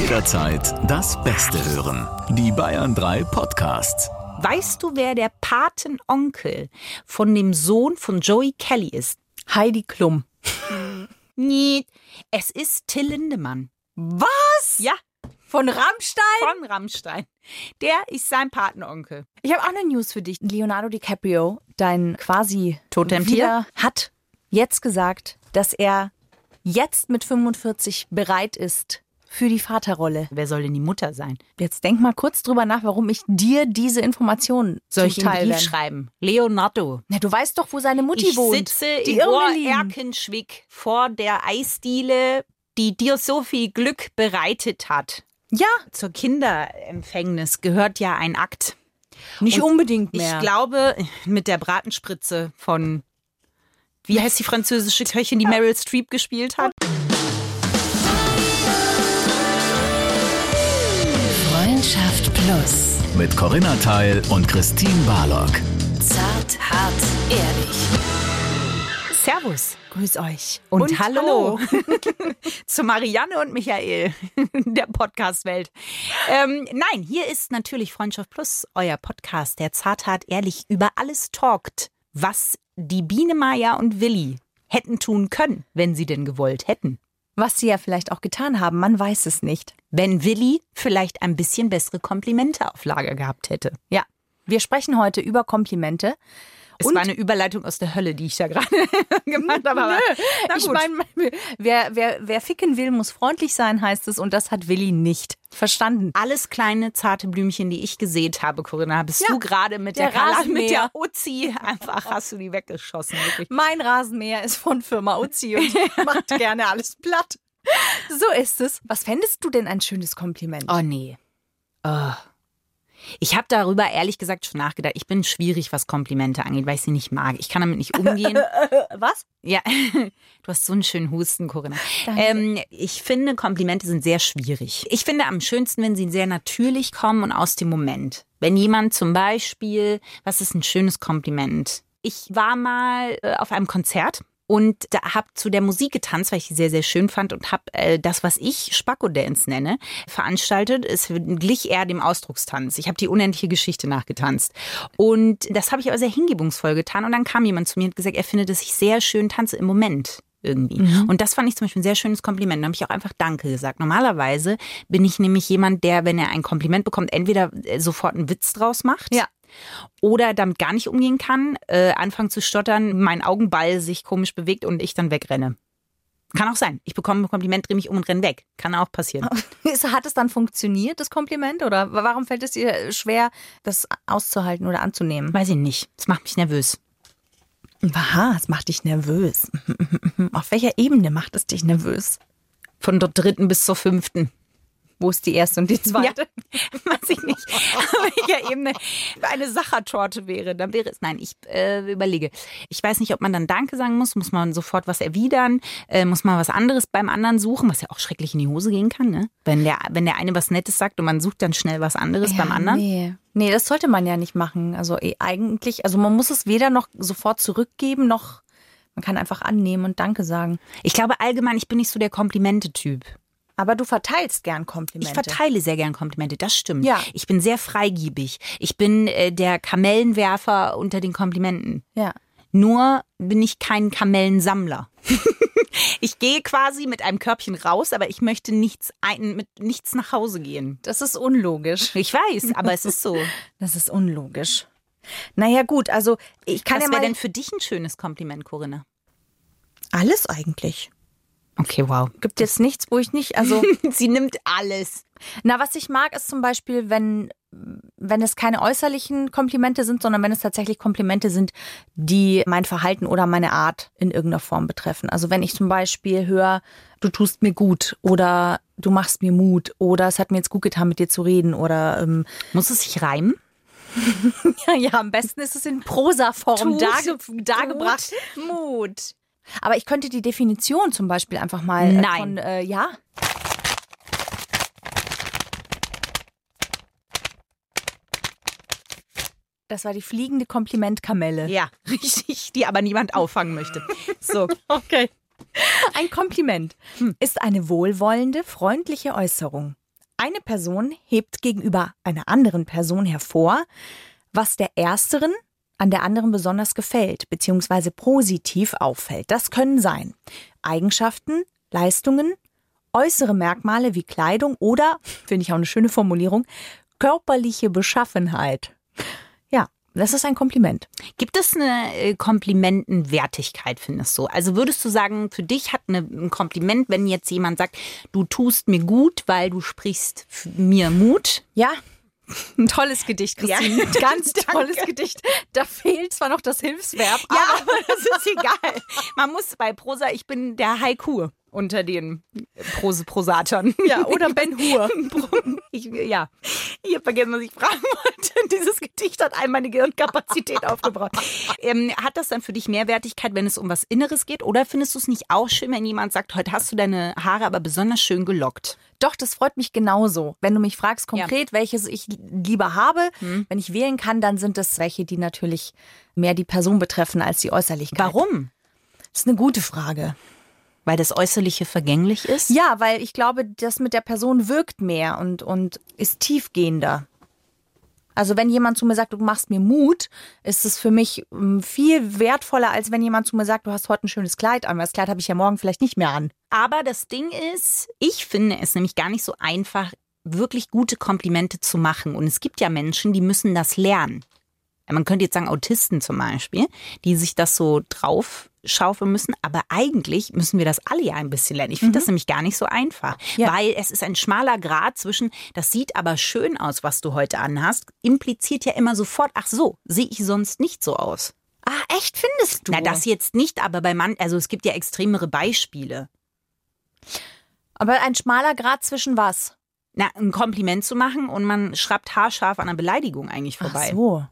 Jederzeit das Beste hören. Die Bayern 3 Podcasts. Weißt du, wer der Patenonkel von dem Sohn von Joey Kelly ist? Heidi Klum. Nee, es ist Till Lindemann. Was? Ja, Von Rammstein? von Rammstein. Der ist sein Patenonkel. Ich habe auch eine News für dich. Leonardo DiCaprio, dein quasi Totemtier, Tier, hat jetzt gesagt, dass er jetzt mit 45 bereit ist für die Vaterrolle. Wer soll denn die Mutter sein? Jetzt denk mal kurz drüber nach, warum ich dir diese Informationen Soll ich einen zuteil Brief werden. schreiben? Leonardo. Na, du weißt doch, wo seine Mutti Ich wohnt. sitze die in Irmelin. Oerkenschwick vor der Eisdiele, die dir so viel Glück bereitet hat. Ja, Zur Kinderempfängnis gehört ja ein Akt. nicht Und unbedingt mehr. Ich glaube, mit der Bratenspritze von, wie heißt die französische Köchin, die Meryl Streep gespielt hat? Freundschaft Plus. Mit Corinna Teil und Christine Barlock. Zart, hart, ehrlich. Servus. Grüß euch. Und hallo. Zu Marianne und Michael der Podcast-Welt. Nein, hier ist natürlich Freundschaft Plus, euer Podcast, der zart, hart, ehrlich über alles talkt, was die Biene Maya und Willi hätten tun können, wenn sie denn gewollt hätten. Was sie ja vielleicht auch getan haben, man weiß es nicht. Wenn Willi vielleicht ein bisschen bessere Komplimente auf Lager gehabt hätte. Ja, wir sprechen heute über Komplimente. Es Und- war eine Überleitung aus der Hölle, die ich da gerade gemacht habe. Aber na Ich gut. meine, wer ficken will, muss freundlich sein, heißt es. Und das hat Willi nicht verstanden. Alles kleine, zarte Blümchen, die ich gesät habe, Corinna, bist Ja, du gerade mit der der Rasenmäher. mit der Uzi einfach hast du die weggeschossen. Wirklich. Mein Rasenmäher ist von Firma Uzi und macht gerne alles platt. So ist es. Was fändest du denn ein schönes Kompliment? Oh nee. Oh. Ich habe darüber ehrlich gesagt schon nachgedacht. Ich bin schwierig, was Komplimente angeht, weil ich sie nicht mag. Ich kann damit nicht umgehen. Was? Ja, du hast so einen schönen Husten, Corinna. Danke. Ich finde, Komplimente sind sehr schwierig. Ich finde am schönsten, wenn sie sehr natürlich kommen und aus dem Moment. Wenn jemand zum Beispiel, was ist ein schönes Kompliment? Ich war mal auf einem Konzert. Und da habe zu der Musik getanzt, weil ich sie sehr, sehr schön fand und habe das, was ich Spacko-Dance nenne, veranstaltet. Es glich eher dem Ausdruckstanz. Ich habe die unendliche Geschichte nachgetanzt. Und das habe ich aber sehr hingebungsvoll getan. Und dann kam jemand zu mir und hat gesagt, er findet, dass ich sehr schön tanze im Moment irgendwie. Und das fand ich zum Beispiel ein sehr schönes Kompliment. Da habe ich auch einfach Danke gesagt. Normalerweise bin ich nämlich jemand, der, wenn er ein Kompliment bekommt, entweder sofort einen Witz draus macht. Ja. Oder damit gar nicht umgehen kann, anfangen zu stottern, mein Augenball sich komisch bewegt und ich dann wegrenne. Kann auch sein. Ich bekomme ein Kompliment, drehe mich um und renne weg. Kann auch passieren. Hat es dann funktioniert, das Kompliment? Oder warum fällt es dir schwer, das auszuhalten oder anzunehmen? Weiß ich nicht. Das macht mich nervös. Aha, es macht dich nervös. Auf welcher Ebene macht es dich nervös? Von der 3. bis zur 5. Wo ist die erste und die zweite? Weiß ich nicht. Auf welcher Ebene eine Sachertorte wäre. Dann wäre es, nein, ich überlege. Ich weiß nicht, ob man dann Danke sagen muss. Muss man sofort was erwidern? Muss man was anderes beim anderen suchen? Was ja auch schrecklich in die Hose gehen kann, ne? Wenn der eine was Nettes sagt und man sucht dann schnell was anderes beim anderen. Nee, das sollte man ja nicht machen. Also eigentlich, also man muss es weder noch sofort zurückgeben, noch man kann einfach annehmen und Danke sagen. Ich glaube allgemein, ich bin nicht so der Komplimente-Typ. Aber du verteilst gern Komplimente. Ich verteile sehr gern Komplimente, das stimmt. Ja. Ich bin sehr freigiebig. Ich bin der Kamellenwerfer unter den Komplimenten. Ja. Nur bin ich kein Kamellensammler. Ich gehe quasi mit einem Körbchen raus, aber ich möchte mit nichts nach Hause gehen. Das ist unlogisch. Ich weiß, aber es ist so. Das ist unlogisch. Naja gut, also ich kann Was ja wäre mal... denn für dich ein schönes Kompliment, Corinna? Alles eigentlich. Okay, wow. Gibt jetzt nichts, wo ich nicht, also... Sie nimmt alles. Na, was ich mag, ist zum Beispiel, wenn es keine äußerlichen Komplimente sind, sondern wenn es tatsächlich Komplimente sind, die mein Verhalten oder meine Art in irgendeiner Form betreffen. Also wenn ich zum Beispiel höre, du tust mir gut oder du machst mir Mut oder es hat mir jetzt gut getan, mit dir zu reden oder... Muss es sich reimen? ja, am besten ist es in Prosaform dargebracht. Mut. Aber ich könnte die Definition zum Beispiel einfach mal Nein. ja. Das war die fliegende Komplimentkamelle. Ja, richtig, die aber niemand auffangen möchte. So. Okay. Ein Kompliment ist eine wohlwollende, freundliche Äußerung. Eine Person hebt gegenüber einer anderen Person hervor, was der Ersteren an der anderen besonders gefällt, beziehungsweise positiv auffällt. Das können sein Eigenschaften, Leistungen, äußere Merkmale wie Kleidung oder, finde ich auch eine schöne Formulierung, körperliche Beschaffenheit. Ja, das ist ein Kompliment. Gibt es eine Komplimentenwertigkeit, findest du? Also würdest du sagen, für dich hat ein Kompliment, wenn jetzt jemand sagt, du tust mir gut, weil du sprichst mir Mut? Ja, ein tolles Gedicht, Christine. Ja. Ganz tolles Gedicht. Da fehlt zwar noch das Hilfsverb, Ja, aber das ist egal. Man muss bei Prosa, ich bin der Haiku unter den Prosatern. ja, oder Ben Hur. Ich habe vergessen, was ich fragen wollte. Dieses Gedicht hat all meine Gehirnkapazität aufgebraucht. Hat das dann für dich Mehrwertigkeit, wenn es um was Inneres geht? Oder findest du es nicht auch schön, wenn jemand sagt, heute hast du deine Haare aber besonders schön gelockt? Doch, das freut mich genauso. Wenn du mich fragst konkret, welches ich lieber habe, wenn ich wählen kann, dann sind es welche, die natürlich mehr die Person betreffen als die Äußerlichkeit. Warum? Das ist eine gute Frage. Weil das Äußerliche vergänglich ist? Ja, weil ich glaube, das mit der Person wirkt mehr und ist tiefgehender. Also wenn jemand zu mir sagt, du machst mir Mut, ist es für mich viel wertvoller, als wenn jemand zu mir sagt, du hast heute ein schönes Kleid an, weil das Kleid habe ich ja morgen vielleicht nicht mehr an. Aber das Ding ist, ich finde es nämlich gar nicht so einfach, wirklich gute Komplimente zu machen. Und es gibt ja Menschen, die müssen das lernen. Man könnte jetzt sagen Autisten zum Beispiel, die sich das so draufschaufeln müssen. Aber eigentlich müssen wir das alle ja ein bisschen lernen. Ich finde das nämlich gar nicht so einfach. Ja. Weil es ist ein schmaler Grat zwischen, das sieht aber schön aus, was du heute anhast, impliziert ja immer sofort, ach so, sehe ich sonst nicht so aus. Ah, echt, findest du? Na, das jetzt nicht, aber bei Mann, also es gibt ja extremere Beispiele. Aber ein schmaler Grat zwischen was? Na, ein Kompliment zu machen und man schraubt haarscharf an einer Beleidigung eigentlich vorbei. Ach so.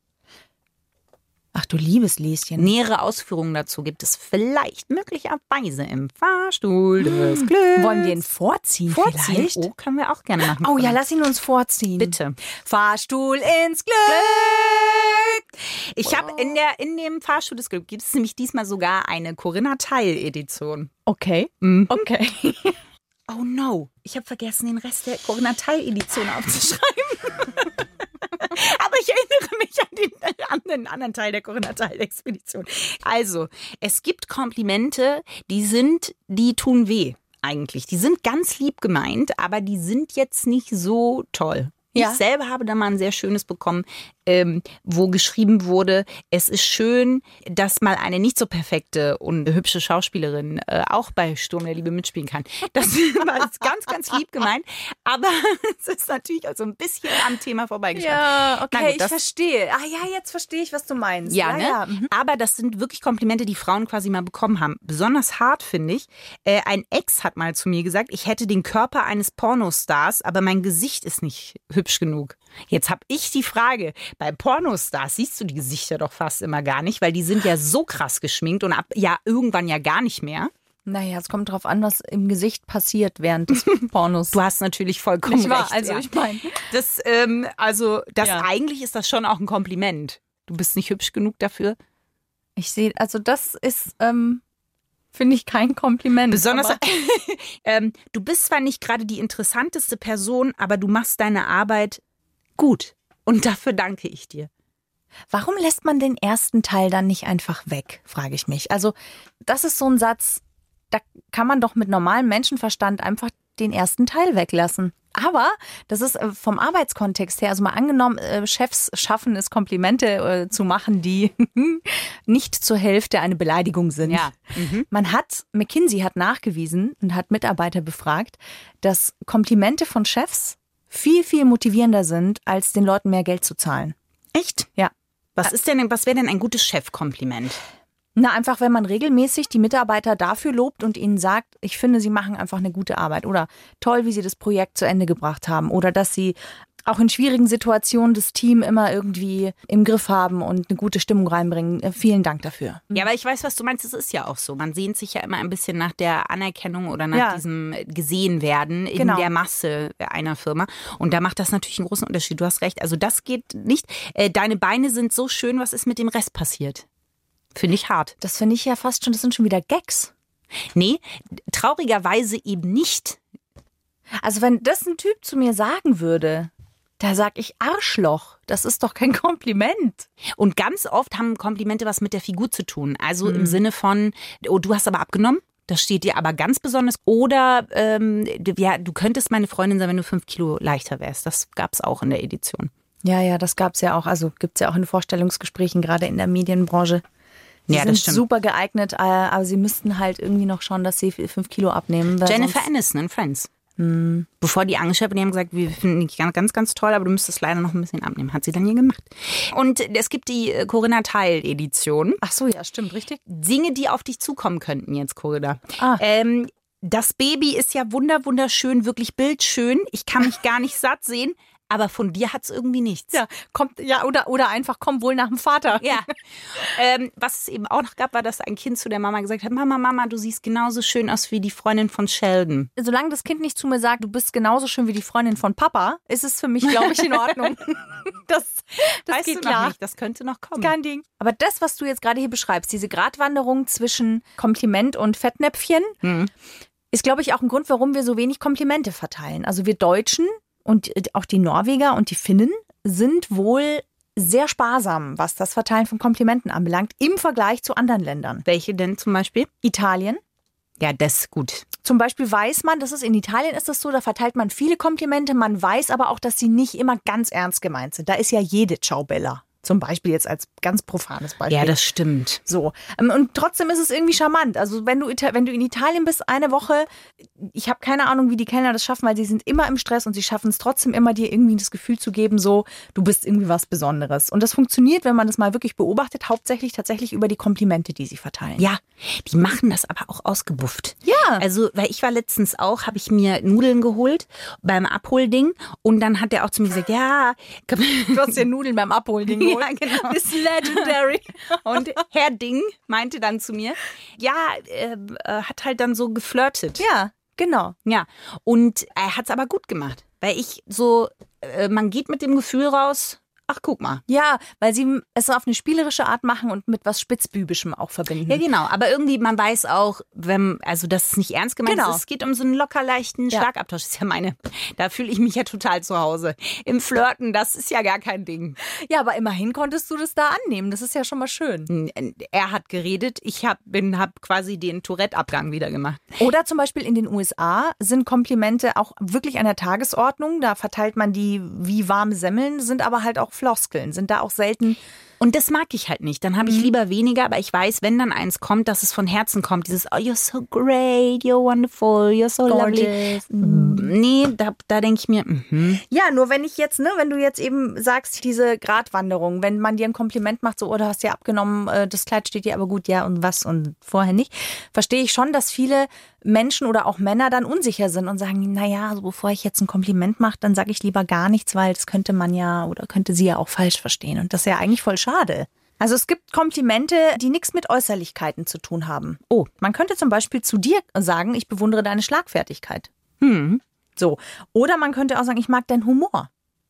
Ach du liebes Lieschen. Nähere Ausführungen dazu gibt es vielleicht möglicherweise im Fahrstuhl des Glücks. Wollen wir ihn vorziehen vielleicht? Oh, können wir auch gerne machen. Oh ja, lass ihn uns vorziehen. Bitte. Fahrstuhl ins Glück. Ich habe in dem Fahrstuhl des Glücks gibt es nämlich diesmal sogar eine Corinna Teil-Edition. Okay. Okay. Oh no, ich habe vergessen, den Rest der Corinna Teil-Edition aufzuschreiben. Aber ich erinnere mich an den anderen Teil der Corinna Teil-Expedition. Also, es gibt Komplimente, die tun weh eigentlich. Die sind ganz lieb gemeint, aber die sind jetzt nicht so toll. Ja. Ich selber habe da mal ein sehr schönes bekommen, wo geschrieben wurde, es ist schön, dass mal eine nicht so perfekte und hübsche Schauspielerin auch bei Sturm der Liebe mitspielen kann. Das war ganz, ganz lieb gemeint, aber es ist natürlich auch so ein bisschen am Thema vorbeigeschaut. Ja, okay, Na gut, ich verstehe. Ah ja, jetzt verstehe ich, was du meinst. Ja, ne? Ja. Aber das sind wirklich Komplimente, die Frauen quasi mal bekommen haben. Besonders hart finde ich. Ein Ex hat mal zu mir gesagt, ich hätte den Körper eines Pornostars, aber mein Gesicht ist nicht hübsch genug. Jetzt habe ich die Frage, bei Pornostars siehst du die Gesichter doch fast immer gar nicht, weil die sind ja so krass geschminkt und irgendwann ja gar nicht mehr. Naja, es kommt drauf an, was im Gesicht passiert während des Pornos. Du hast natürlich vollkommen Nicht wahr? recht. Also ja. ich meine, Eigentlich ist das schon auch ein Kompliment. Du bist nicht hübsch genug dafür. ich sehe, also das ist, finde ich kein Kompliment. Besonders, aber du bist zwar nicht gerade die interessanteste Person, aber du machst deine Arbeit gut. Und dafür danke ich dir. warum lässt man den ersten Teil dann nicht einfach weg, frage ich mich. Also das ist so ein Satz, da kann man doch mit normalem Menschenverstand einfach den ersten Teil weglassen. Aber das ist vom Arbeitskontext her, also mal angenommen, Chefs schaffen es, Komplimente zu machen, die nicht zur Hälfte eine Beleidigung sind. Ja. McKinsey hat nachgewiesen und hat Mitarbeiter befragt, dass Komplimente von Chefs viel, viel motivierender sind, als den Leuten mehr Geld zu zahlen. Echt? Ja. Was wäre denn ein gutes Chefkompliment? Na, einfach, wenn man regelmäßig die Mitarbeiter dafür lobt und ihnen sagt, ich finde, sie machen einfach eine gute Arbeit oder toll, wie sie das Projekt zu Ende gebracht haben oder dass sie auch in schwierigen Situationen das Team immer irgendwie im Griff haben und eine gute Stimmung reinbringen. Vielen Dank dafür. Ja, aber ich weiß, was du meinst. Es ist ja auch so. Man sehnt sich ja immer ein bisschen nach der Anerkennung oder nach diesem Gesehenwerden in der Masse einer Firma. Und da macht das natürlich einen großen Unterschied. Du hast recht. Also das geht nicht. Deine Beine sind so schön. Was ist mit dem Rest passiert? Finde ich hart. Das finde ich ja fast schon, das sind schon wieder Gags. Nee, traurigerweise eben nicht. Also wenn das ein Typ zu mir sagen würde, da sag ich Arschloch. Das ist doch kein Kompliment. Und ganz oft haben Komplimente was mit der Figur zu tun. Also im Sinne von, oh, du hast aber abgenommen. Das steht dir aber ganz besonders. Oder du könntest meine Freundin sein, wenn du 5 Kilo leichter wärst. Das gab es auch in der Edition. Ja, das gab's ja auch. Also gibt's ja auch in Vorstellungsgesprächen, gerade in der Medienbranche. Sie Ja, das sind stimmt. super geeignet, aber sie müssten halt irgendwie noch schauen, dass sie 5 Kilo abnehmen. Weil Jennifer sonst- Aniston in Friends. Bevor die angeschrieben haben, die haben gesagt, wir finden dich ganz, ganz toll, aber du müsstest leider noch ein bisschen abnehmen. Hat sie dann hier gemacht. Und es gibt die Corinna Teil-Edition. Ach so, ja, stimmt, richtig. Dinge, die auf dich zukommen könnten jetzt, Corinna. Ah. Das Baby ist ja wunderschön, wirklich bildschön. Ich kann mich gar nicht satt sehen, aber von dir hat's irgendwie nichts. Oder einfach komm wohl nach dem Vater. Ja. Was es eben auch noch gab, war, dass ein Kind zu der Mama gesagt hat, Mama, du siehst genauso schön aus wie die Freundin von Sheldon. Solange das Kind nicht zu mir sagt, du bist genauso schön wie die Freundin von Papa, ist es für mich, glaube ich, in Ordnung. Das Weißt geht du noch klar. nicht, das könnte noch kommen. Kein Ding. Aber das, was du jetzt gerade hier beschreibst, diese Gratwanderung zwischen Kompliment und Fettnäpfchen, ist, glaube ich, auch ein Grund, warum wir so wenig Komplimente verteilen. Also wir Deutschen und auch die Norweger und die Finnen sind wohl sehr sparsam, was das Verteilen von Komplimenten anbelangt, im Vergleich zu anderen Ländern. Welche denn zum Beispiel? Italien. Ja, das ist gut. Zum Beispiel weiß man, in Italien ist das so, da verteilt man viele Komplimente, man weiß aber auch, dass sie nicht immer ganz ernst gemeint sind. Da ist ja jede Ciao Bella. Zum Beispiel jetzt als ganz profanes Beispiel. Ja, das stimmt. So. Und trotzdem ist es irgendwie charmant. Also wenn du in Italien bist, eine Woche, ich habe keine Ahnung, wie die Kellner das schaffen, weil sie sind immer im Stress und sie schaffen es trotzdem immer, dir irgendwie das Gefühl zu geben, so, du bist irgendwie was Besonderes. Und das funktioniert, wenn man das mal wirklich beobachtet, hauptsächlich tatsächlich über die Komplimente, die sie verteilen. Ja, die machen das aber auch ausgebufft. Ja. Also, weil ich war letztens auch, habe ich mir Nudeln geholt beim Abholding und dann hat der auch zu mir gesagt, ja, Du hast dir Nudeln beim Abholding geholt. Ja, genau. Das ist legendary. Und Herr Ding meinte dann zu mir, ja, hat halt dann so geflirtet. Ja, genau. Ja, und er hat es aber gut gemacht, weil ich so, man geht mit dem Gefühl raus, ach guck mal. Ja, weil sie es auf eine spielerische Art machen und mit was Spitzbübischem auch verbinden. Ja, genau, aber irgendwie, man weiß auch, dass es nicht ernst gemeint Genau. ist, es geht um so einen locker leichten Schlagabtausch, das ist ja da fühle ich mich ja total zu Hause. Im Flirten, das ist ja gar kein Ding. Ja, aber immerhin konntest du das da annehmen, das ist ja schon mal schön. Er hat geredet, ich hab quasi den Tourette-Abgang wieder gemacht. Oder zum Beispiel in den USA sind Komplimente auch wirklich an der Tagesordnung, da verteilt man die wie warme Semmeln, sind aber halt auch Floskeln, sind da auch selten. Und das mag ich halt nicht. Dann habe ich lieber weniger, aber ich weiß, wenn dann eins kommt, dass es von Herzen kommt. Dieses, oh, you're so great, you're wonderful, you're so lovely. Nee, da denke ich mir, Ja, nur wenn du jetzt eben sagst, diese Gratwanderung, wenn man dir ein Kompliment macht, so, oh, du hast ja abgenommen, das Kleid steht dir aber gut, ja, und was und vorher nicht, verstehe ich schon, dass viele Menschen oder auch Männer dann unsicher sind und sagen, naja, also bevor ich jetzt ein Kompliment mache, dann sage ich lieber gar nichts, weil das könnte man ja oder könnte sie ja auch falsch verstehen. Und das ist ja eigentlich voll schade. Also es gibt Komplimente, die nichts mit Äußerlichkeiten zu tun haben. Oh, man könnte zum Beispiel zu dir sagen, ich bewundere deine Schlagfertigkeit. So. Oder man könnte auch sagen, ich mag deinen Humor.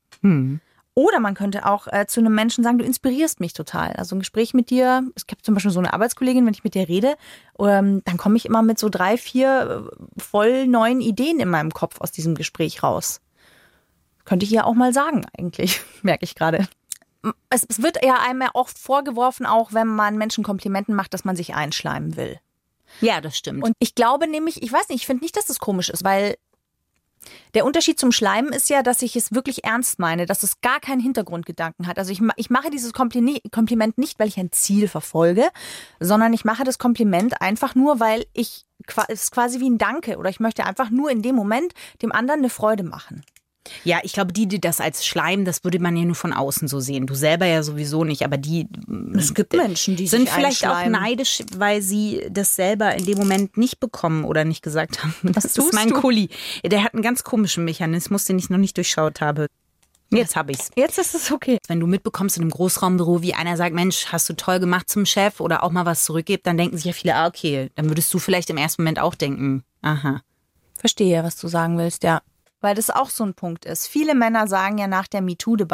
Oder man könnte auch zu einem Menschen sagen, du inspirierst mich total. Also ein Gespräch mit dir, es gibt zum Beispiel so eine Arbeitskollegin, wenn ich mit der rede, dann komme ich immer mit so 3, 4 voll neuen Ideen in meinem Kopf aus diesem Gespräch raus. Könnte ich ja auch mal sagen eigentlich, merke ich gerade. Es wird ja einem ja oft vorgeworfen, auch wenn man Menschen Komplimenten macht, dass man sich einschleimen will. ja, das stimmt. Und ich glaube nämlich, ich weiß nicht, ich finde nicht, dass das komisch ist, weil der Unterschied zum Schleimen ist ja, dass ich es wirklich ernst meine, dass es gar keinen Hintergrundgedanken hat. Also ich mache dieses Kompliment nicht, weil ich ein Ziel verfolge, sondern ich mache das Kompliment einfach nur, weil es ist quasi wie ein Danke oder ich möchte einfach nur in dem Moment dem anderen eine Freude machen. Ja, ich glaube, die das als Schleim, das würde man ja nur von außen so sehen. Du selber ja sowieso nicht, aber Es gibt Menschen, die sind sich vielleicht auch einschleimen. neidisch, weil sie das selber in dem Moment nicht bekommen oder nicht gesagt haben. Das ist tust mein du? Kuli. Der hat einen ganz komischen Mechanismus, den ich noch nicht durchschaut habe. Jetzt habe ich's. Jetzt ist es okay. Wenn du mitbekommst in einem Großraumbüro, wie einer sagt, Mensch, hast du toll gemacht zum Chef oder auch mal was zurückgibt, dann denken sich ja viele, okay, dann würdest du vielleicht im ersten Moment auch denken, aha. Verstehe, was du sagen willst, ja. Weil das auch so ein Punkt ist. Viele Männer sagen ja nach der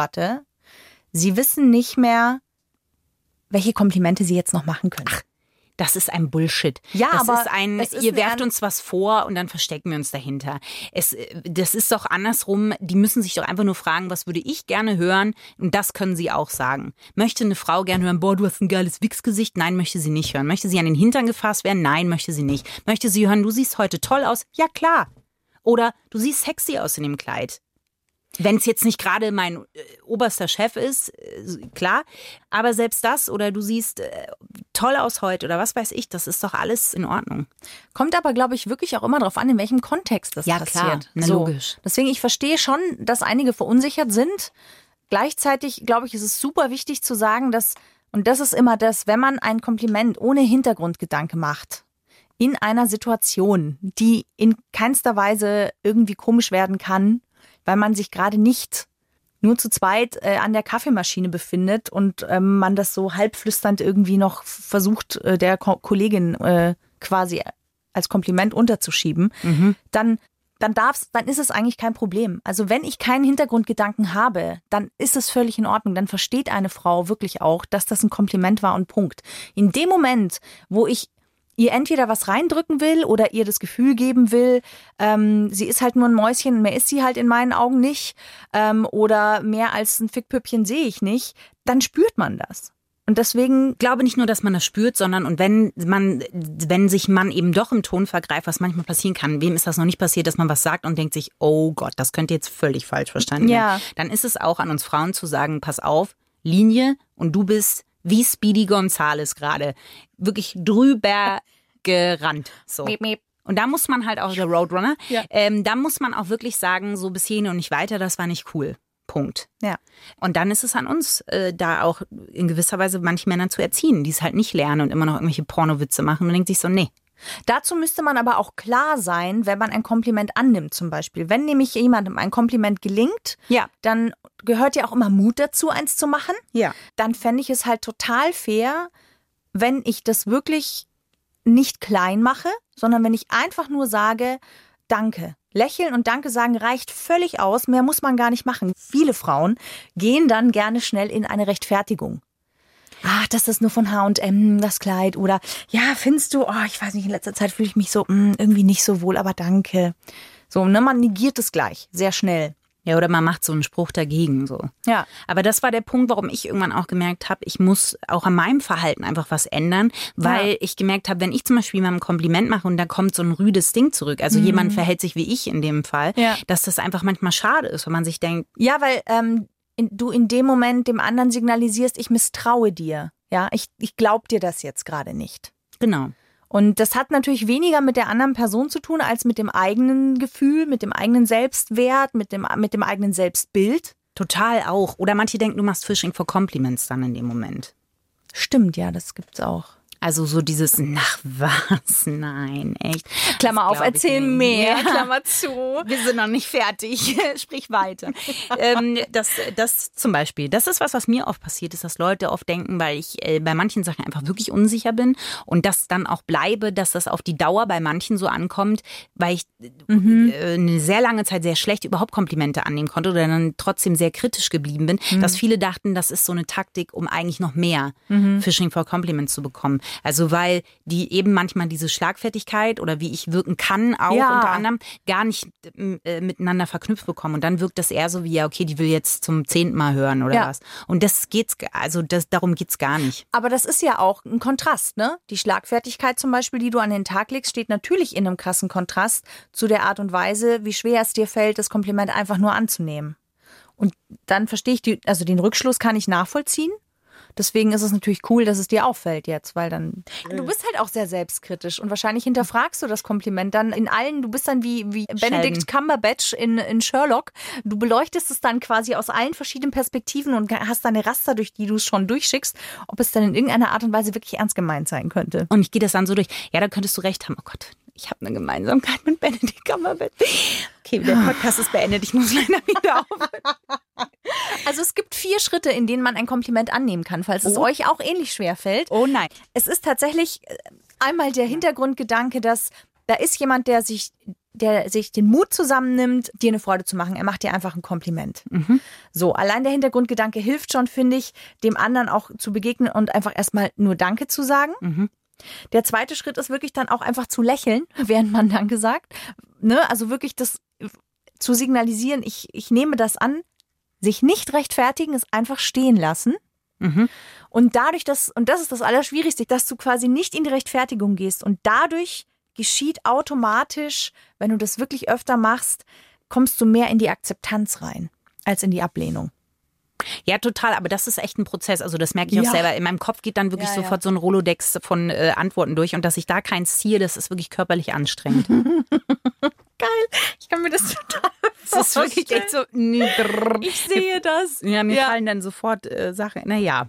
sie wissen nicht mehr, welche Komplimente sie jetzt noch machen können. Das ist ein Bullshit. Ja, das aber ist ein, ihr werft uns was vor und dann verstecken wir uns dahinter. Das ist doch andersrum. Die müssen sich doch einfach nur fragen, was würde ich gerne hören? Und das können sie auch sagen. Möchte eine Frau gerne hören, boah, du hast ein geiles Wichsgesicht? Nein, möchte sie nicht hören. Möchte sie an den Hintern gefasst werden? Nein, möchte sie nicht. Möchte sie hören, du siehst heute toll aus? Ja, klar. Oder du siehst sexy aus in dem Kleid. Wenn es jetzt nicht gerade mein oberster Chef ist, klar. Aber selbst das oder du siehst toll aus heute oder was weiß ich, das ist doch alles in Ordnung. Kommt aber, glaube ich, wirklich auch immer darauf an, in welchem Kontext das passiert. Klar, logisch. Deswegen, ich verstehe schon, dass einige verunsichert sind. Gleichzeitig, glaube ich, ist es super wichtig zu sagen, dass, und das ist immer das, wenn man ein Kompliment ohne Hintergrundgedanke macht, in einer Situation, die in keinster Weise irgendwie komisch werden kann, weil man sich gerade nicht nur zu zweit an der Kaffeemaschine befindet und man das so halbflüsternd irgendwie noch versucht, der Kollegin quasi als Kompliment unterzuschieben, dann ist es eigentlich kein Problem. Also wenn ich keinen Hintergrundgedanken habe, dann ist es völlig in Ordnung. Dann versteht eine Frau wirklich auch, dass das ein Kompliment war und Punkt. In dem Moment, wo ich ihr entweder was reindrücken will oder ihr das Gefühl geben will, sie ist halt nur ein Mäuschen, mehr ist sie halt in meinen Augen nicht, oder mehr als ein Fickpüppchen sehe ich nicht, dann spürt man das. Und deswegen glaube nicht nur, dass man das spürt, sondern und wenn sich man eben doch im Ton vergreift, was manchmal passieren kann, wem ist das noch nicht passiert, dass man was sagt und denkt sich, oh Gott, das könnte jetzt völlig falsch verstanden werden. Dann ist es auch an uns Frauen zu sagen, pass auf, Linie und du bist wie Speedy Gonzales gerade. Wirklich drüber gerannt. So. Miep, miep. Und da muss man halt auch, der Roadrunner, da muss man auch wirklich sagen, so bis hierhin und nicht weiter, das war nicht cool. Punkt. Ja. Und dann ist es an uns, da auch in gewisser Weise manche Männer zu erziehen, die es halt nicht lernen und immer noch irgendwelche Pornowitze machen und denkt sich so, nee. Dazu müsste man aber auch klar sein, wenn man ein Kompliment annimmt zum Beispiel. Wenn nämlich jemandem ein Kompliment gelingt, dann gehört ja auch immer Mut dazu, eins zu machen. Ja. Dann fände ich es halt total fair, wenn ich das wirklich nicht klein mache, sondern wenn ich einfach nur sage, danke. Lächeln und Danke sagen reicht völlig aus, mehr muss man gar nicht machen. Viele Frauen gehen dann gerne schnell in eine Rechtfertigung. Ach, das ist nur von H&M, das Kleid. Oder, ja, findest du, oh, ich weiß nicht, in letzter Zeit fühle ich mich so irgendwie nicht so wohl, aber danke. So, ne, man negiert es gleich, sehr schnell. Ja, oder man macht so einen Spruch dagegen. So. Ja. Aber das war der Punkt, warum ich irgendwann auch gemerkt habe, ich muss auch an meinem Verhalten einfach was ändern, weil ich gemerkt habe, wenn ich zum Beispiel mal ein Kompliment mache und da kommt so ein rüdes Ding zurück, also jemand verhält sich wie ich in dem Fall, dass das einfach manchmal schade ist, wenn man sich denkt... Ja, weil du in dem Moment dem anderen signalisierst, ich misstraue dir. Ja, ich glaube dir das jetzt gerade nicht. Genau. Und das hat natürlich weniger mit der anderen Person zu tun, als mit dem eigenen Gefühl, mit dem eigenen Selbstwert, mit dem eigenen Selbstbild. Total auch. Oder manche denken, du machst Fishing for Compliments dann in dem Moment. Stimmt, ja, das gibt's auch. Also so dieses, nach was? Nein, echt. Klammer auf, erzähl mehr, Klammer zu. Wir sind noch nicht fertig, sprich weiter. Das zum Beispiel, das ist was mir oft passiert ist, dass Leute oft denken, weil ich bei manchen Sachen einfach wirklich unsicher bin und das dann auch bleibe, dass das auf die Dauer bei manchen so ankommt, weil ich eine sehr lange Zeit sehr schlecht überhaupt Komplimente annehmen konnte oder dann trotzdem sehr kritisch geblieben bin, dass viele dachten, das ist so eine Taktik, um eigentlich noch mehr Fishing for Compliments zu bekommen. Also weil die eben manchmal diese Schlagfertigkeit oder wie ich wirken kann auch unter anderem gar nicht miteinander verknüpft bekommen. Und dann wirkt das eher so wie, ja okay, die will jetzt zum 10. Mal hören oder was. Und darum geht's gar nicht. Aber das ist ja auch ein Kontrast, ne? Die Schlagfertigkeit zum Beispiel, die du an den Tag legst, steht natürlich in einem krassen Kontrast zu der Art und Weise, wie schwer es dir fällt, das Kompliment einfach nur anzunehmen. Und dann verstehe ich den Rückschluss kann ich nachvollziehen. Deswegen ist es natürlich cool, dass es dir auffällt jetzt, weil dann... Du bist halt auch sehr selbstkritisch und wahrscheinlich hinterfragst du das Kompliment dann in allen, du bist dann wie Benedict Cumberbatch in Sherlock. Du beleuchtest es dann quasi aus allen verschiedenen Perspektiven und hast dann eine Raster, durch die du es schon durchschickst, ob es dann in irgendeiner Art und Weise wirklich ernst gemeint sein könnte. Und ich gehe das dann so durch, ja, da könntest du recht haben, oh Gott, ich habe eine Gemeinsamkeit mit Benedict Cumberbatch. Okay, der Podcast ist beendet, ich muss leider wieder aufhören. Also es gibt 4 Schritte, in denen man ein Kompliment annehmen kann, falls es euch auch ähnlich schwer fällt. Oh nein. Es ist tatsächlich einmal der Hintergrundgedanke, dass da ist jemand, der sich den Mut zusammennimmt, dir eine Freude zu machen. Er macht dir einfach ein Kompliment. So, allein der Hintergrundgedanke hilft schon, finde ich, dem anderen auch zu begegnen und einfach erstmal nur Danke zu sagen. Der zweite Schritt ist wirklich dann auch einfach zu lächeln, während man Danke sagt. Ne? Also wirklich das zu signalisieren, ich nehme das an, sich nicht rechtfertigen, es einfach stehen lassen. Und dadurch, und das ist das Allerschwierigste, dass du quasi nicht in die Rechtfertigung gehst und dadurch geschieht automatisch, wenn du das wirklich öfter machst, kommst du mehr in die Akzeptanz rein, als in die Ablehnung. Ja, total, aber das ist echt ein Prozess. Also das merke ich auch selber. In meinem Kopf geht dann wirklich sofort so ein Rolodex von Antworten durch und dass ich da keins ziehe, das ist wirklich körperlich anstrengend. Geil, ich kann mir das total Das ist wirklich echt so. Ich sehe das. Ja, mir fallen dann sofort Sachen. Naja.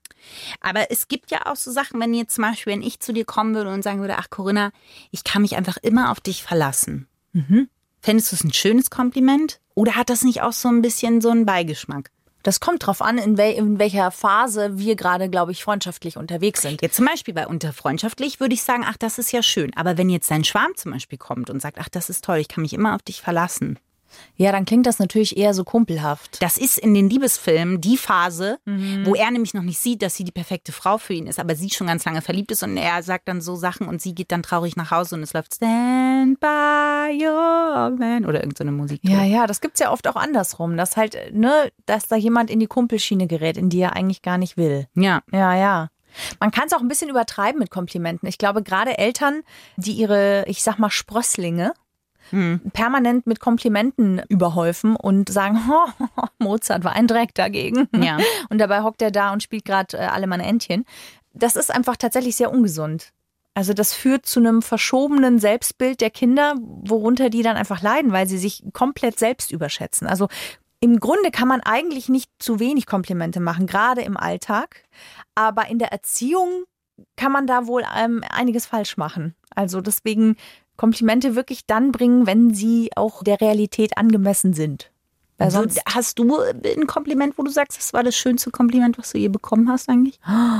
Aber es gibt ja auch so Sachen, wenn jetzt zum Beispiel, wenn ich zu dir kommen würde und sagen würde, ach Corinna, ich kann mich einfach immer auf dich verlassen. Fändest du es ein schönes Kompliment? Oder hat das nicht auch so ein bisschen so einen Beigeschmack? Das kommt drauf an, in welcher Phase wir gerade, glaube ich, freundschaftlich unterwegs sind. Jetzt zum Beispiel bei unterfreundschaftlich würde ich sagen, ach, das ist ja schön. Aber wenn jetzt dein Schwarm zum Beispiel kommt und sagt, ach, das ist toll, ich kann mich immer auf dich verlassen. Ja, dann klingt das natürlich eher so kumpelhaft. Das ist in den Liebesfilmen die Phase, wo er nämlich noch nicht sieht, dass sie die perfekte Frau für ihn ist, aber sie schon ganz lange verliebt ist und er sagt dann so Sachen und sie geht dann traurig nach Hause und es läuft Stand by your man oder irgendeine Musik. Ja, das gibt's ja oft auch andersrum, dass halt, ne, dass da jemand in die Kumpelschiene gerät, in die er eigentlich gar nicht will. Ja. Ja. Man kann es auch ein bisschen übertreiben mit Komplimenten. Ich glaube, gerade Eltern, die ihre, ich sag mal, Sprösslinge permanent mit Komplimenten überhäufen und sagen, Mozart war ein Dreck dagegen. Ja. Und dabei hockt er da und spielt gerade alle meine Entchen. Das ist einfach tatsächlich sehr ungesund. Also das führt zu einem verschobenen Selbstbild der Kinder, worunter die dann einfach leiden, weil sie sich komplett selbst überschätzen. Also im Grunde kann man eigentlich nicht zu wenig Komplimente machen, gerade im Alltag. Aber in der Erziehung kann man da wohl einiges falsch machen. Also deswegen Komplimente wirklich dann bringen, wenn sie auch der Realität angemessen sind. Weil sonst Hast du ein Kompliment, wo du sagst, das war das schönste Kompliment, was du je bekommen hast eigentlich?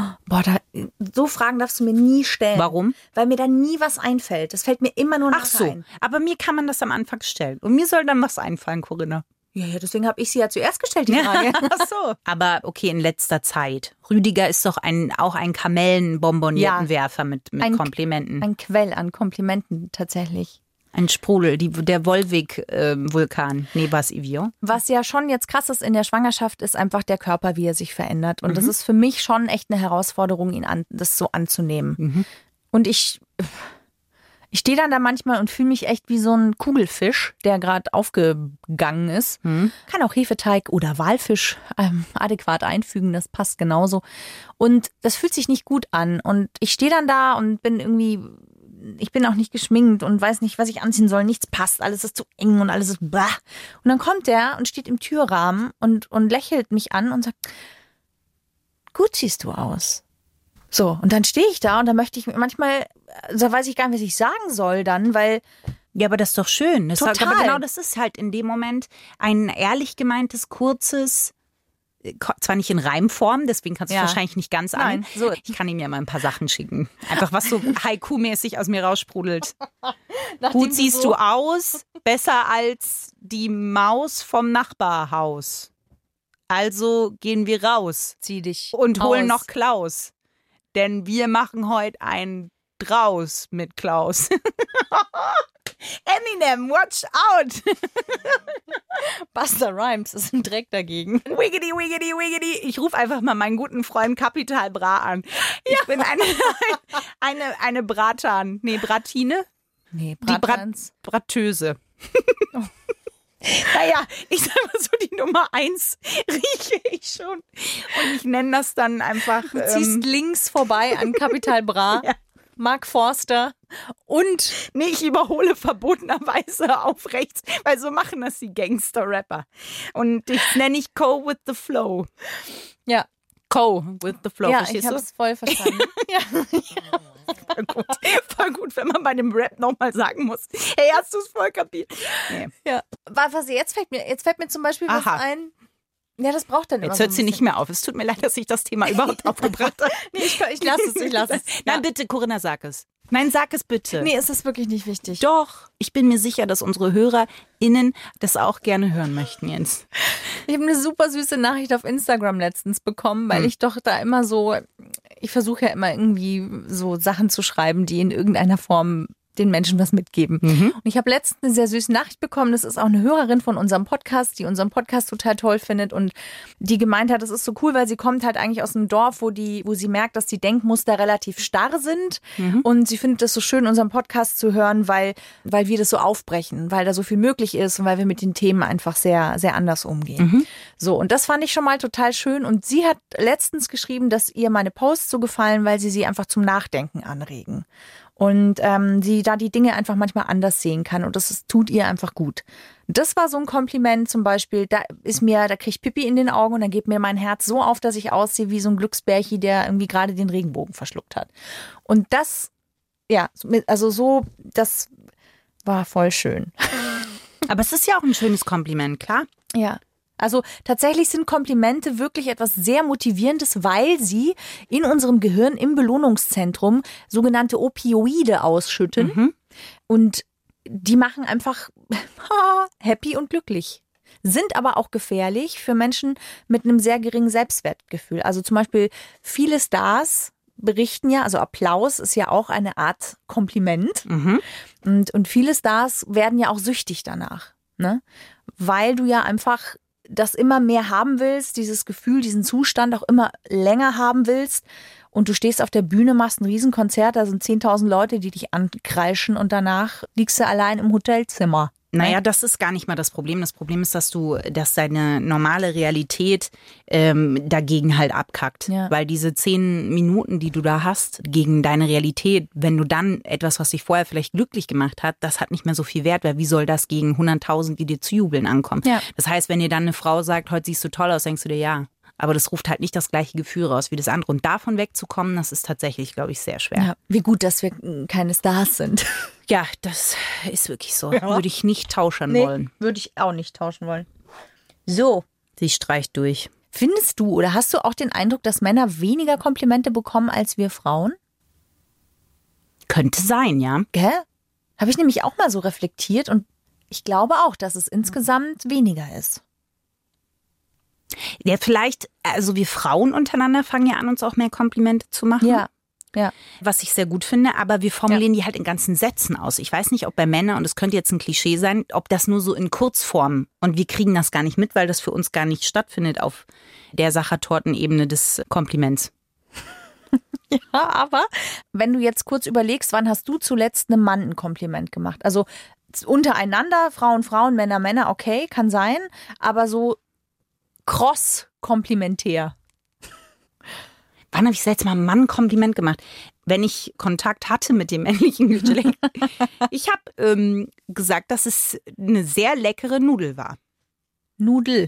So Fragen darfst du mir nie stellen. Warum? Weil mir da nie was einfällt. Das fällt mir immer nur nachher ein. Aber mir kann man das am Anfang stellen. Und mir soll dann was einfallen, Corinna. Ja, deswegen habe ich sie ja zuerst gestellt, die Frage. Ach so. Aber okay, in letzter Zeit. Rüdiger ist doch auch ein Kamellenbonboniertenwerfer mit Komplimenten. Ein Quell an Komplimenten tatsächlich. Ein Sprudel, der Volvic-Vulkan, Nevas Ivio. Was ja schon jetzt krass ist in der Schwangerschaft, ist einfach der Körper, wie er sich verändert. Und das ist für mich schon echt eine Herausforderung, das so anzunehmen. Und ich stehe dann da manchmal und fühle mich echt wie so ein Kugelfisch, der gerade aufgegangen ist. Kann auch Hefeteig oder Walfisch adäquat einfügen, das passt genauso. Und das fühlt sich nicht gut an. Und ich stehe dann da und ich bin auch nicht geschminkt und weiß nicht, was ich anziehen soll. Nichts passt, alles ist zu eng und alles ist bah. Und dann kommt der und steht im Türrahmen und lächelt mich an und sagt, gut siehst du aus. So, und dann stehe ich da und da möchte ich manchmal, da weiß ich gar nicht, was ich sagen soll dann, weil... Ja, aber das ist doch schön. Total. Aber genau das ist halt in dem Moment ein ehrlich gemeintes, kurzes, zwar nicht in Reimform, deswegen kannst du es wahrscheinlich nicht ganz an. So. Ich kann ihm ja mal ein paar Sachen schicken. Einfach was so Haiku-mäßig aus mir raussprudelt. Gut siehst du aus, besser als die Maus vom Nachbarhaus. Also gehen wir raus. Zieh dich und holen aus. noch Klaus. Denn wir machen heute ein Draus mit Klaus. Eminem, watch out! Busta Rhymes ist ein Dreck dagegen. Wiggity, wiggity, wiggity. Ich rufe einfach mal meinen guten Freund Capital Bra an. Ich bin eine Bratan. Nee, Bratine? Nee, Die Bratöse. Oh. Naja, ich sag mal so, die Nummer 1 rieche ich schon. Und ich nenne das dann einfach... Du ziehst links vorbei an Capital Bra, ja. Mark Forster und... Nee, ich überhole verbotenerweise auf rechts, weil so machen das die Gangster-Rapper. Und ich nenne ich Co with the Flow. Ja. Co with the Flow, ja, verstehst du? Ja, ich hab's voll verstanden. Ja. Voll gut, wenn man bei dem Rap nochmal sagen muss, hey, hast du es voll kapiert? Nee. Ja. Was jetzt fällt mir zum Beispiel was ein. Ja, das braucht dann immer. Jetzt hört sie nicht mehr auf. Es tut mir leid, dass ich das Thema überhaupt aufgebracht habe. Nee, ich lasse es. Nein, bitte, Corinna, sag es. Nein, sag es bitte. Nee, es ist wirklich nicht wichtig. Doch, ich bin mir sicher, dass unsere HörerInnen das auch gerne hören möchten, Jens. Ich habe eine super süße Nachricht auf Instagram letztens bekommen, weil ich doch da immer so, Ich versuche ja immer irgendwie so Sachen zu schreiben, die in irgendeiner Form den Menschen was mitgeben. Und ich habe letztens eine sehr süße Nachricht bekommen. Das ist auch eine Hörerin von unserem Podcast, die unseren Podcast total toll findet und die gemeint hat, das ist so cool, weil sie kommt halt eigentlich aus einem Dorf, wo sie merkt, dass die Denkmuster relativ starr sind und sie findet es so schön, unseren Podcast zu hören, weil wir das so aufbrechen, weil da so viel möglich ist und weil wir mit den Themen einfach sehr, sehr anders umgehen. So, und das fand ich schon mal total schön und sie hat letztens geschrieben, dass ihr meine Posts so gefallen, weil sie einfach zum Nachdenken anregen. Und sie da die Dinge einfach manchmal anders sehen kann und das tut ihr einfach gut. Das war so ein Kompliment zum Beispiel, da kriege ich Pipi in den Augen und dann geht mir mein Herz so auf, dass ich aussehe wie so ein Glücksbärchi, der irgendwie gerade den Regenbogen verschluckt hat. Und das, das war voll schön. Aber es ist ja auch ein schönes Kompliment, klar. Ja. Also tatsächlich sind Komplimente wirklich etwas sehr Motivierendes, weil sie in unserem Gehirn im Belohnungszentrum sogenannte Opioide ausschütten. Und die machen einfach happy und glücklich. Sind aber auch gefährlich für Menschen mit einem sehr geringen Selbstwertgefühl. Also zum Beispiel viele Stars berichten ja, also Applaus ist ja auch eine Art Kompliment. Und viele Stars werden ja auch süchtig danach, ne? Weil du ja einfach das immer mehr haben willst, dieses Gefühl, diesen Zustand auch immer länger haben willst und du stehst auf der Bühne, machst ein Riesenkonzert, da sind 10.000 Leute, die dich ankreischen und danach liegst du allein im Hotelzimmer. Naja, das ist gar nicht mal das Problem. Das Problem ist, dass deine normale Realität dagegen halt abkackt. Ja. Weil diese 10 Minuten, die du da hast, gegen deine Realität, wenn du dann etwas, was dich vorher vielleicht glücklich gemacht hat, das hat nicht mehr so viel Wert, weil wie soll das gegen 100.000, die dir zujubeln, ankommen? Ja. Das heißt, wenn dir dann eine Frau sagt, heute siehst du toll aus, denkst du dir, ja. Aber das ruft halt nicht das gleiche Gefühl raus wie das andere. Und davon wegzukommen, das ist tatsächlich, glaube ich, sehr schwer. Ja, wie gut, dass wir keine Stars sind. Ja, das ist wirklich so. Ja. Würde ich nicht tauschen wollen. Würde ich auch nicht tauschen wollen. So. Sie streicht durch. Findest du oder hast du auch den Eindruck, dass Männer weniger Komplimente bekommen als wir Frauen? Könnte sein, ja. Gell? Habe ich nämlich auch mal so reflektiert und ich glaube auch, dass es insgesamt weniger ist. Ja, vielleicht, also wir Frauen untereinander fangen ja an, uns auch mehr Komplimente zu machen. Ja. Ja. Was ich sehr gut finde, aber wir formulieren die halt in ganzen Sätzen aus. Ich weiß nicht, ob bei Männern, und es könnte jetzt ein Klischee sein, ob das nur so in Kurzform und wir kriegen das gar nicht mit, weil das für uns gar nicht stattfindet auf der Sachertortenebene des Kompliments. Ja, aber wenn du jetzt kurz überlegst, wann hast du zuletzt einem Mann ein Kompliment gemacht? Also untereinander, Frauen, Männer, Männer, okay, kann sein, aber so cross-komplimentär. Wann habe ich das letzte Mal einem Mann ein Kompliment gemacht? Wenn ich Kontakt hatte mit dem männlichen Geschlecht. Ich habe gesagt, dass es eine sehr leckere Nudel war. Nudel.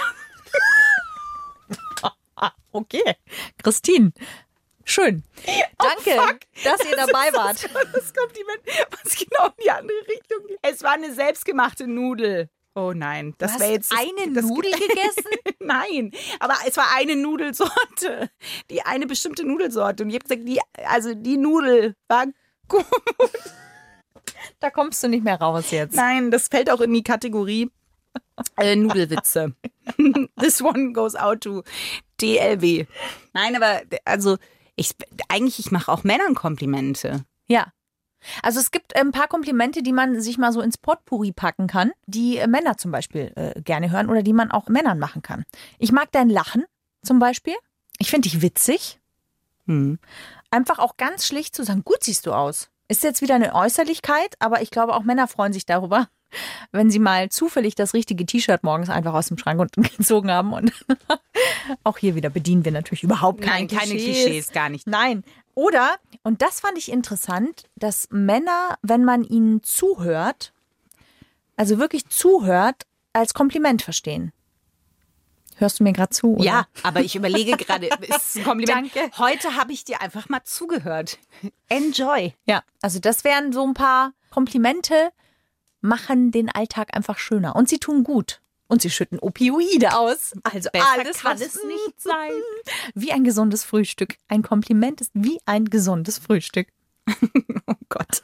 Okay. Christine. Schön. Danke, dass ihr dabei wart. Das war das Kompliment, was genau in die andere Richtung geht. Es war eine selbstgemachte Nudel. Oh nein, das wäre jetzt eine Nudel gegessen? Nein, aber es war eine Nudelsorte, eine bestimmte Nudelsorte und ich habe gesagt, die Nudel war gut. Da kommst du nicht mehr raus jetzt. Nein, das fällt auch in die Kategorie Nudelwitze. This one goes out to DLW. Nein, aber also ich mache auch Männern Komplimente. Ja. Also es gibt ein paar Komplimente, die man sich mal so ins Potpourri packen kann, die Männer zum Beispiel gerne hören oder die man auch Männern machen kann. Ich mag dein Lachen zum Beispiel. Ich finde dich witzig. Einfach auch ganz schlicht zu sagen, gut siehst du aus. Ist jetzt wieder eine Äußerlichkeit, aber ich glaube auch Männer freuen sich darüber, wenn sie mal zufällig das richtige T-Shirt morgens einfach aus dem Schrank unten gezogen haben. Und auch hier wieder bedienen wir natürlich überhaupt keine Klischees, gar nicht. Nein. Oder, und das fand ich interessant, dass Männer, wenn man ihnen zuhört, also wirklich zuhört, als Kompliment verstehen. Hörst du mir gerade zu? Oder? Ja, aber ich überlege gerade, ist es ein Kompliment? Danke. Heute habe ich dir einfach mal zugehört. Enjoy. Ja, also das wären so ein paar Komplimente, machen den Alltag einfach schöner. Und sie tun gut. Und sie schütten Opioide aus. Also besser alles kann es nicht sein. Wie ein gesundes Frühstück. Ein Kompliment ist wie ein gesundes Frühstück. Oh Gott.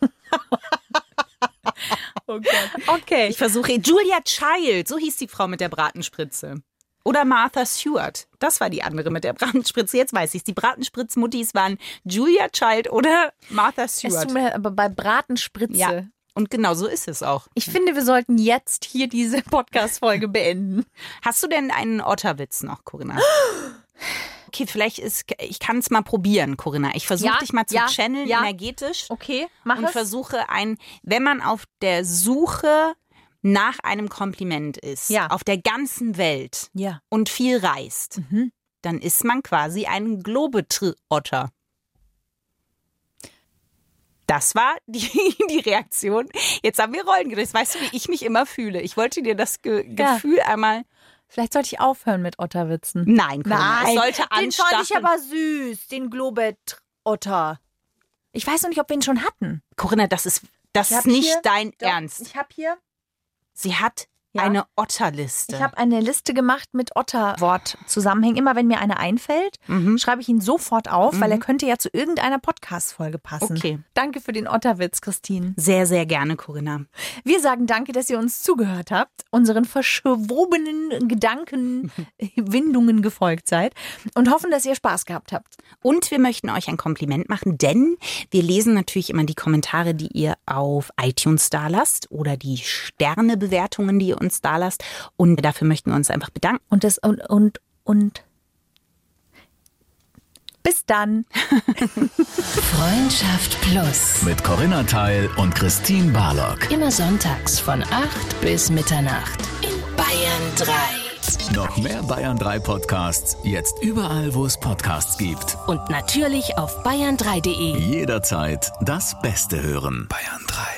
Oh Gott. Okay. Ich versuche, Julia Child, so hieß die Frau mit der Bratenspritze. Oder Martha Stewart. Das war die andere mit der Bratenspritze. Jetzt weiß ich's. Die Bratenspritzmuttis waren Julia Child oder Martha Stewart. Es tut mir aber bei Bratenspritze. Ja. Und genau so ist es auch. Ich finde, wir sollten jetzt hier diese Podcast-Folge beenden. Hast du denn einen Otterwitz noch, Corinna? Okay, ich kann es mal probieren, Corinna. Ich versuche dich mal zu channeln, energetisch. Okay, mach und es. Versuche wenn man auf der Suche nach einem Kompliment ist, auf der ganzen Welt und viel reist, dann ist man quasi ein Globetrotter. Das war die Reaktion. Jetzt haben wir Rollen gedreht. Weißt du, wie ich mich immer fühle? Ich wollte dir das Gefühl einmal... Vielleicht sollte ich aufhören mit Otterwitzen. Nein, Corinna, es sollte den fand ich anstacheln. aber süß, den Globetrotter. Ich weiß noch nicht, ob wir ihn schon hatten. Corinna, das ist nicht dein Ernst. Ich habe hier... Sie hat eine Otterliste. Ich habe eine Liste gemacht mit Otterwortzusammenhängen. Immer wenn mir eine einfällt, schreibe ich ihn sofort auf, weil er könnte ja zu irgendeiner Podcast-Folge passen. Okay. Danke für den Otterwitz, Christine. Sehr, sehr gerne, Corinna. Wir sagen danke, dass ihr uns zugehört habt, unseren verschwobenen Gedankenwindungen gefolgt seid und hoffen, dass ihr Spaß gehabt habt. Und wir möchten euch ein Kompliment machen, denn wir lesen natürlich immer die Kommentare, die ihr auf iTunes dalasst oder die Sternebewertungen, die ihr uns dalasst. Und dafür möchten wir uns einfach bedanken. Und bis dann. Freundschaft Plus. Mit Corinna Teil und Christine Barlock. Immer sonntags von 8 bis Mitternacht in Bayern 3. Noch mehr Bayern 3 Podcasts, jetzt überall, wo es Podcasts gibt. Und natürlich auf bayern3.de. Jederzeit das Beste hören. Bayern 3.